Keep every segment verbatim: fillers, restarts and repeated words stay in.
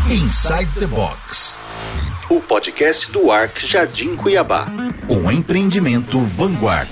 Inside the Box, o podcast do Ark Jardim Cuiabá, um empreendimento Vanguard.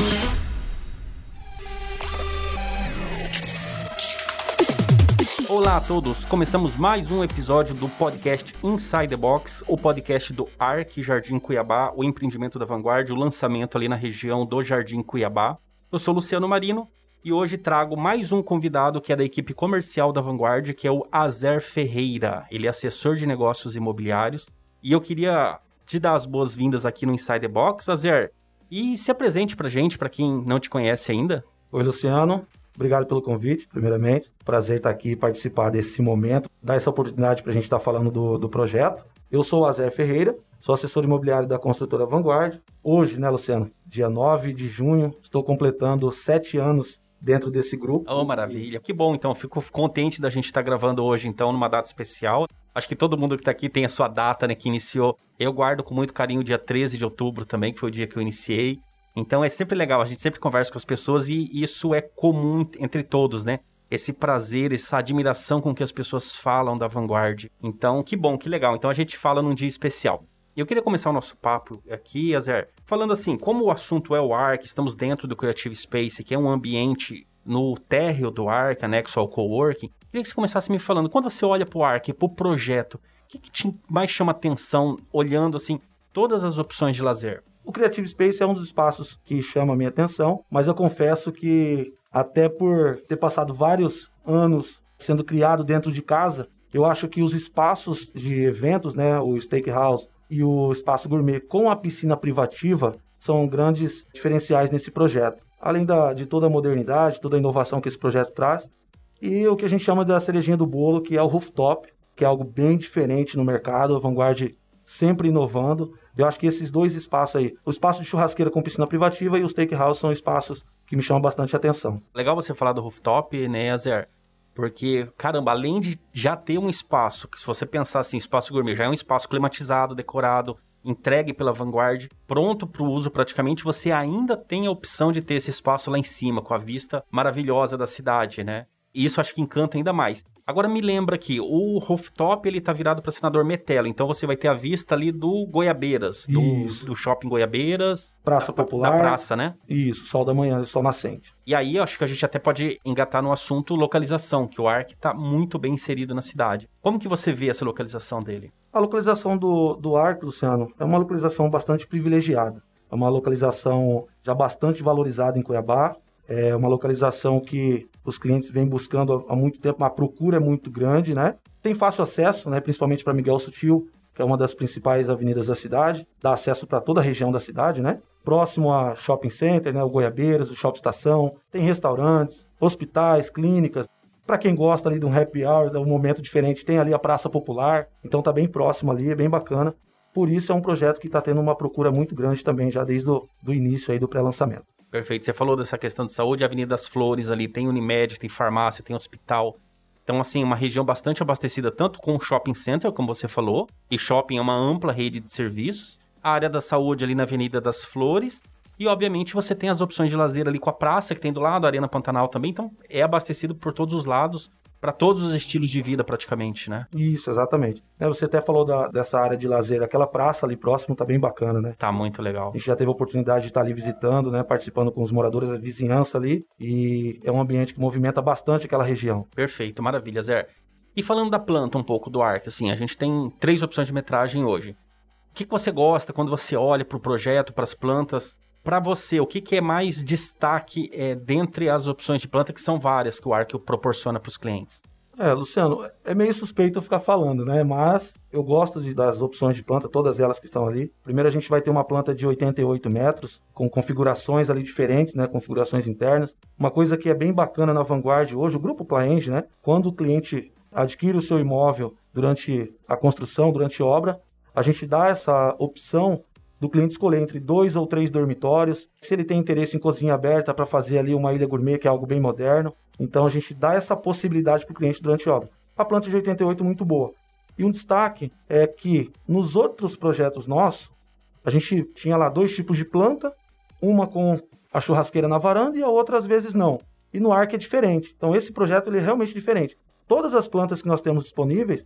Olá a todos, começamos mais um episódio do podcast Inside the Box, o podcast do Ark Jardim Cuiabá, o empreendimento da Vanguard, o lançamento ali na região do Jardim Cuiabá. Eu sou Luciano Marino e hoje trago mais um convidado que é da equipe comercial da Vanguard, que é o Azer Ferreira. Ele é assessor de negócios imobiliários e eu queria te dar as boas-vindas aqui no Inside the Box, Azer, e se apresente pra gente, pra quem não te conhece ainda. Oi, Luciano. Obrigado pelo convite, primeiramente. Prazer estar aqui e participar desse momento, dar essa oportunidade para a gente estar falando do, do projeto. Eu sou o Azer Ferreira, sou assessor imobiliário da construtora Vanguard. Hoje, né, Luciano, dia nove de junho, estou completando sete anos dentro desse grupo. Oh, maravilha. Que bom, então. Fico contente da gente estar gravando hoje, então, numa data especial. Acho que todo mundo que está aqui tem a sua data, né, que iniciou. Eu guardo com muito carinho o dia treze de outubro também, que foi o dia que eu iniciei. Então é sempre legal, a gente sempre conversa com as pessoas e isso é comum entre todos, né? Esse prazer, essa admiração com que as pessoas falam da Vanguard. Então, que bom, que legal. Então a gente fala num dia especial. Eu queria começar o nosso papo aqui, Azer, falando assim, como o assunto é o Ark, estamos dentro do Creative Space, que é um ambiente no térreo do Ark, anexo ao coworking. Queria que você começasse me falando, quando você olha para o Ark, para o projeto, o que, que te mais chama atenção, olhando assim, todas as opções de lazer? O Creative Space é um dos espaços que chama a minha atenção, mas eu confesso que até por ter passado vários anos sendo criado dentro de casa, eu acho que os espaços de eventos, né, o Steakhouse e o espaço gourmet com a piscina privativa são grandes diferenciais nesse projeto. Além da, de toda a modernidade, toda a inovação que esse projeto traz, e o que a gente chama da cerejinha do bolo, que é o rooftop, que é algo bem diferente no mercado, a Vanguard sempre inovando. Eu acho que esses dois espaços aí, o espaço de churrasqueira com piscina privativa e o steakhouse são espaços que me chamam bastante atenção. Legal você falar do rooftop, né, Azer? Porque, caramba, além de já ter um espaço, que se você pensar assim, espaço gourmet, já é um espaço climatizado, decorado, entregue pela Vanguard, pronto para o uso praticamente, você ainda tem a opção de ter esse espaço lá em cima, com a vista maravilhosa da cidade, né? E isso acho que encanta ainda mais. Agora me lembra que o rooftop ele tá virado para Senador Metelo, então você vai ter a vista ali do Goiabeiras, do, do shopping Goiabeiras. Praça da, Popular. Da praça, né? Isso, sol da manhã, sol nascente. E aí eu acho que a gente até pode engatar no assunto localização, que o Ark tá muito bem inserido na cidade. Como que você vê essa localização dele? A localização do, do Ark, Luciano, é uma localização bastante privilegiada. É uma localização já bastante valorizada em Cuiabá. É uma localização que os clientes vêm buscando há muito tempo, a procura é muito grande, né? Tem fácil acesso, né? Principalmente para Miguel Sutil, que é uma das principais avenidas da cidade, dá acesso para toda a região da cidade, né? Próximo a shopping center, né? O Goiabeiras, o Shopping Estação, tem restaurantes, hospitais, clínicas. Para quem gosta ali de um happy hour, de um momento diferente, tem ali a Praça Popular, então tá bem próximo ali, é bem bacana. Por isso é um projeto que está tendo uma procura muito grande também, já desde o do início aí do pré-lançamento. Perfeito. Você falou dessa questão de saúde, a Avenida das Flores ali, tem Unimed, tem farmácia, tem hospital. Então, assim, uma região bastante abastecida, tanto com o shopping center, como você falou, e shopping é uma ampla rede de serviços, a área da saúde ali na Avenida das Flores, e, obviamente, você tem as opções de lazer ali com a praça que tem do lado, a Arena Pantanal também, então é abastecido por todos os lados, para todos os estilos de vida praticamente, né? Isso, exatamente. Você até falou da, dessa área de lazer, aquela praça ali próximo tá bem bacana, né? Tá muito legal. A gente já teve a oportunidade de estar ali visitando, né? Participando com os moradores da vizinhança ali, e é um ambiente que movimenta bastante aquela região. Perfeito, maravilha, Zé. E falando da planta um pouco do Ark, assim, a gente tem três opções de metragem hoje. O que, que você gosta quando você olha para o projeto, para as plantas? Para você, o que, que é mais destaque é, dentre as opções de planta, que são várias que o Ark proporciona para os clientes? É, Luciano, é meio suspeito eu ficar falando, né? Mas eu gosto de, das opções de planta, todas elas que estão ali. Primeiro a gente vai ter uma planta de oitenta e oito metros, com configurações ali diferentes, né? Configurações internas. Uma coisa que é bem bacana na Vanguard hoje, o Grupo Plaenge, né? Quando o cliente adquire o seu imóvel durante a construção, durante a obra, a gente dá essa opção do cliente escolher entre dois ou três dormitórios, se ele tem interesse em cozinha aberta para fazer ali uma ilha gourmet, que é algo bem moderno. Então a gente dá essa possibilidade para o cliente durante a obra. A planta de oitenta e oito é muito boa. E um destaque é que nos outros projetos nossos, a gente tinha lá dois tipos de planta, uma com a churrasqueira na varanda e a outra às vezes não. E no Ark é diferente. Então esse projeto ele é realmente diferente. Todas as plantas que nós temos disponíveis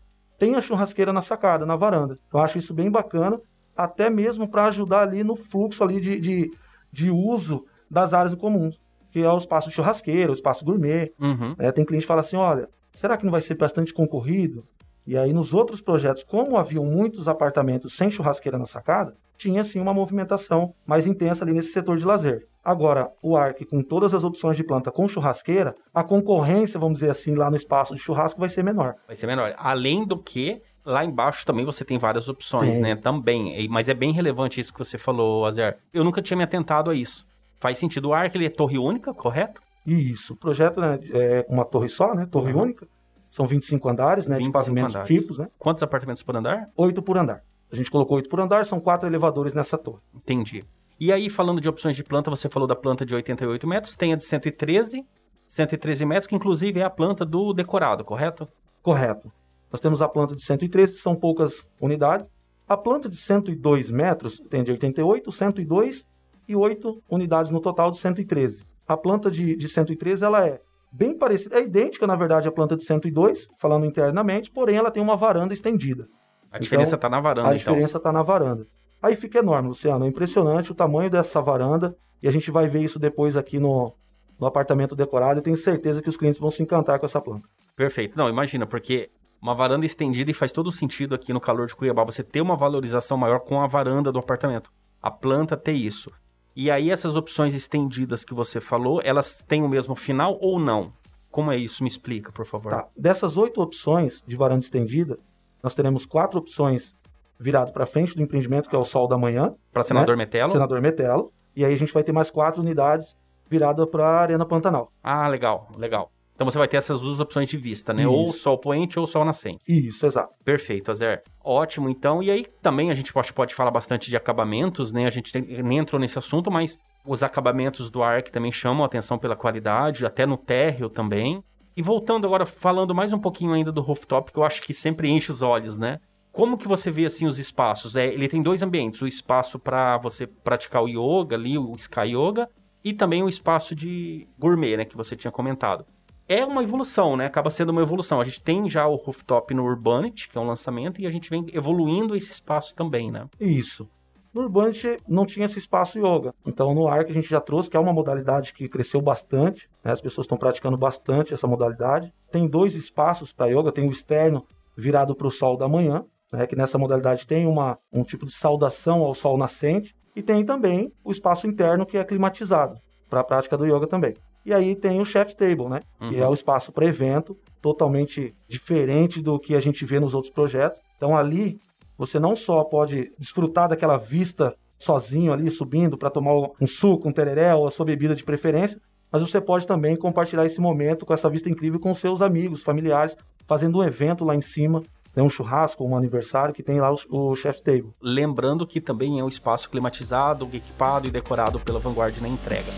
tem a churrasqueira na sacada, na varanda. Eu acho isso bem bacana, até mesmo para ajudar ali no fluxo ali de, de, de uso das áreas comuns, que é o espaço de churrasqueira, o espaço gourmet. Uhum. É, tem cliente que fala assim, olha, será que não vai ser bastante concorrido? E aí nos outros projetos, como haviam muitos apartamentos sem churrasqueira na sacada, tinha sim uma movimentação mais intensa ali nesse setor de lazer. Agora, o Arc, com todas as opções de planta com churrasqueira, a concorrência, vamos dizer assim, lá no espaço de churrasco vai ser menor. Vai ser menor. Além do que, lá embaixo também você tem várias opções, tem. né? Também. Mas é bem relevante isso que você falou, Azer. Eu nunca tinha me atentado a isso. Faz sentido. O Arc, ele é torre única, correto? Isso. O projeto, né, é uma torre só, né? Torre uhum. única. São vinte e cinco andares, né? De pavimentos andares. tipos, né? Quantos apartamentos por andar? Oito por andar. A gente colocou oito por andar, são quatro elevadores nessa torre. Entendi. E aí, falando de opções de planta, você falou da planta de oitenta e oito metros, tem a de cento e treze, cento e treze metros, que inclusive é a planta do decorado, correto? Correto. Nós temos a planta de cento e treze, que são poucas unidades. A planta de cento e dois metros tem de oitenta e oito, cento e dois e oito unidades no total de cento e treze. A planta de, de cento e treze, ela é bem parecida, é idêntica, na verdade, à planta de cento e dois, falando internamente, porém ela tem uma varanda estendida. A diferença está então, na varanda, A então. diferença está na varanda. Aí fica enorme, Luciano, é impressionante o tamanho dessa varanda, e a gente vai ver isso depois aqui no, no apartamento decorado, eu tenho certeza que os clientes vão se encantar com essa planta. Perfeito. Não, imagina, porque uma varanda estendida, e faz todo sentido aqui no calor de Cuiabá, você ter uma valorização maior com a varanda do apartamento. A planta ter isso. E aí essas opções estendidas que você falou, elas têm o mesmo final ou não? Como é isso? Me explica, por favor. Tá. Dessas oito opções de varanda estendida, nós teremos quatro opções virado para frente do empreendimento, que é o Sol da Manhã. Para Senador né? Metelo? Senador Metelo. E aí a gente vai ter mais quatro unidades viradas para a Arena Pantanal. Ah, legal, legal. Então você vai ter essas duas opções de vista, né? Isso. Ou sol poente ou sol nascente. Isso, exato. Perfeito, Azer. Ótimo, então. E aí também a gente pode, pode falar bastante de acabamentos, né? A gente tem, nem entrou nesse assunto, mas os acabamentos do Arc também chamam a atenção pela qualidade, até no térreo também. E voltando agora, falando mais um pouquinho ainda do rooftop, que eu acho que sempre enche os olhos, né? Como que você vê, assim, os espaços? É, ele tem dois ambientes, o espaço para você praticar o yoga ali, o Sky Yoga, e também o espaço de gourmet, né, que você tinha comentado. É uma evolução, né? Acaba sendo uma evolução. A gente tem já o rooftop no Urbanity, que é um lançamento, e a gente vem evoluindo esse espaço também, né? Isso. No Urbanity não tinha esse espaço yoga. Então, no Arc a gente já trouxe, que é uma modalidade que cresceu bastante, né? As pessoas estão praticando bastante essa modalidade. Tem dois espaços para yoga. Tem o externo virado para o sol da manhã, né? Que nessa modalidade tem uma, um tipo de saudação ao sol nascente. E tem também o espaço interno, que é climatizado, para a prática do yoga também. E aí tem o Chef's Table, né? Uhum. Que é o espaço para evento, totalmente diferente do que a gente vê nos outros projetos. Então ali você não só pode desfrutar daquela vista sozinho ali, subindo para tomar um suco, um tereré ou a sua bebida de preferência, mas você pode também compartilhar esse momento com essa vista incrível com seus amigos, familiares, fazendo um evento lá em cima, né? Um churrasco, um aniversário, que tem lá o, o Chef's Table. Lembrando que também é um espaço climatizado, equipado e decorado pela Vanguard na entrega.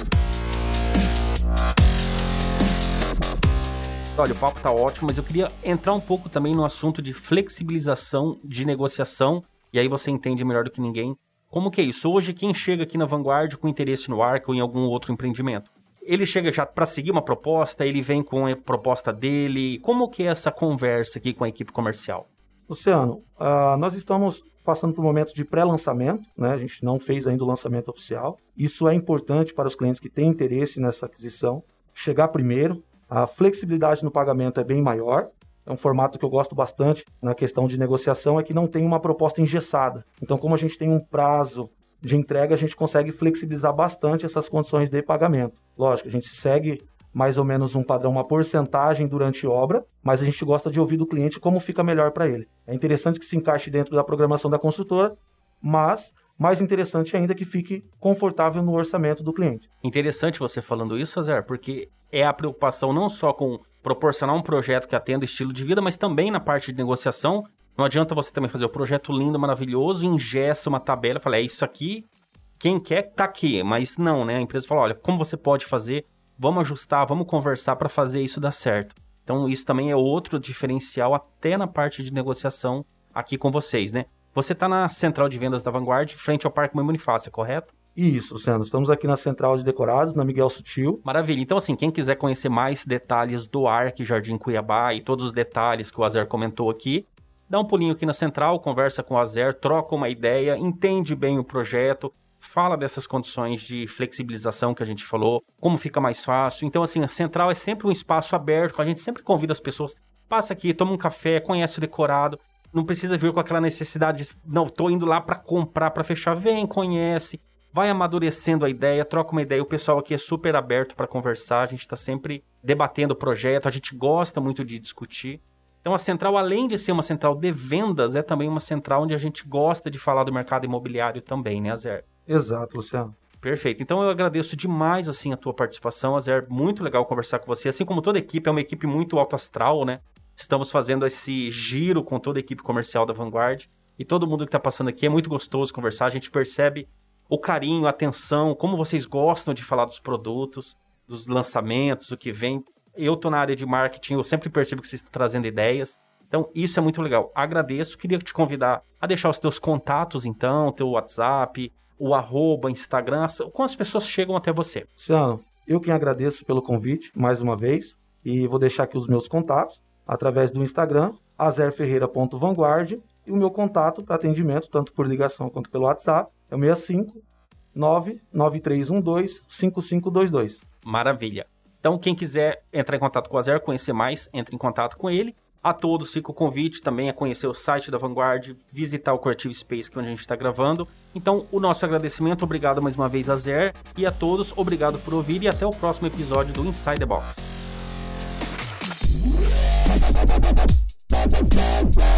Olha, o papo tá ótimo, mas eu queria entrar um pouco também no assunto de flexibilização de negociação, e aí você entende melhor do que ninguém. Como que é isso? Hoje, quem chega aqui na Vanguard com interesse no Arc ou em algum outro empreendimento, ele chega já para seguir uma proposta, ele vem com a proposta dele. Como que é essa conversa aqui com a equipe comercial? Luciano, uh, nós estamos passando por um momento de pré-lançamento, né? A gente não fez ainda o lançamento oficial. Isso é importante para os clientes que têm interesse nessa aquisição. Chegar primeiro. A flexibilidade no pagamento é bem maior. É um formato que eu gosto bastante na questão de negociação, é que não tem uma proposta engessada. Então, como a gente tem um prazo de entrega, a gente consegue flexibilizar bastante essas condições de pagamento. Lógico, a gente segue mais ou menos um padrão, uma porcentagem durante a obra, mas a gente gosta de ouvir do cliente como fica melhor para ele. É interessante que se encaixe dentro da programação da construtora, mas mais interessante ainda que fique confortável no orçamento do cliente. Interessante você falando isso, Azer, porque é a preocupação não só com proporcionar um projeto que atenda o estilo de vida, mas também na parte de negociação. Não adianta você também fazer o projeto lindo, maravilhoso, ingessa uma tabela e falar, é isso aqui, quem quer tá aqui, mas não, né? A empresa fala, olha, como você pode fazer, vamos ajustar, vamos conversar para fazer isso dar certo. Então isso também é outro diferencial até na parte de negociação aqui com vocês, né? Você está na central de vendas da Vanguard, frente ao Parque Mãe Bonifácia, correto? Isso, Luciano. Estamos aqui na Central de Decorados, na Miguel Sutil. Maravilha. Então, assim, quem quiser conhecer mais detalhes do Arc Jardim Cuiabá e todos os detalhes que o Azer comentou aqui, dá um pulinho aqui na Central, conversa com o Azer, troca uma ideia, entende bem o projeto, fala dessas condições de flexibilização que a gente falou, como fica mais fácil. Então, assim, a Central é sempre um espaço aberto, a gente sempre convida as pessoas, passa aqui, toma um café, conhece o decorado, não precisa vir com aquela necessidade de, não, tô indo lá para comprar, para fechar, vem, conhece, vai amadurecendo a ideia, troca uma ideia, o pessoal aqui é super aberto para conversar, a gente está sempre debatendo o projeto, a gente gosta muito de discutir. Então a Central, além de ser uma central de vendas, é também uma central onde a gente gosta de falar do mercado imobiliário também, né, Azer? Exato, Luciano. Perfeito. Então eu agradeço demais, assim, a tua participação, Azer. Muito legal conversar com você. Assim como toda a equipe, é uma equipe muito alto astral, né? Estamos fazendo esse giro com toda a equipe comercial da Vanguard. E todo mundo que está passando aqui é muito gostoso conversar. A gente percebe o carinho, a atenção, como vocês gostam de falar dos produtos, dos lançamentos, o que vem. Eu tô na área de marketing, eu sempre percebo que vocês estão trazendo ideias. Então, isso é muito legal. Agradeço. Queria te convidar a deixar os teus contatos, então, teu WhatsApp, o arroba, Instagram, como as pessoas chegam até você. Luciano, eu quem agradeço pelo convite, mais uma vez, e vou deixar aqui os meus contatos, através do Instagram, azer ferreira ponto vanguard, e o meu contato para atendimento, tanto por ligação quanto pelo WhatsApp, é o seis cinco nove nove três um dois cinco cinco dois dois. Maravilha. Então, quem quiser entrar em contato com o Azer, conhecer mais, entre em contato com ele. A todos fica o convite também a conhecer o site da Vanguard, visitar o Creative Space, que é onde a gente está gravando. Então, o nosso agradecimento, obrigado mais uma vez, Azer, e a todos, obrigado por ouvir e até o próximo episódio do Inside the Box.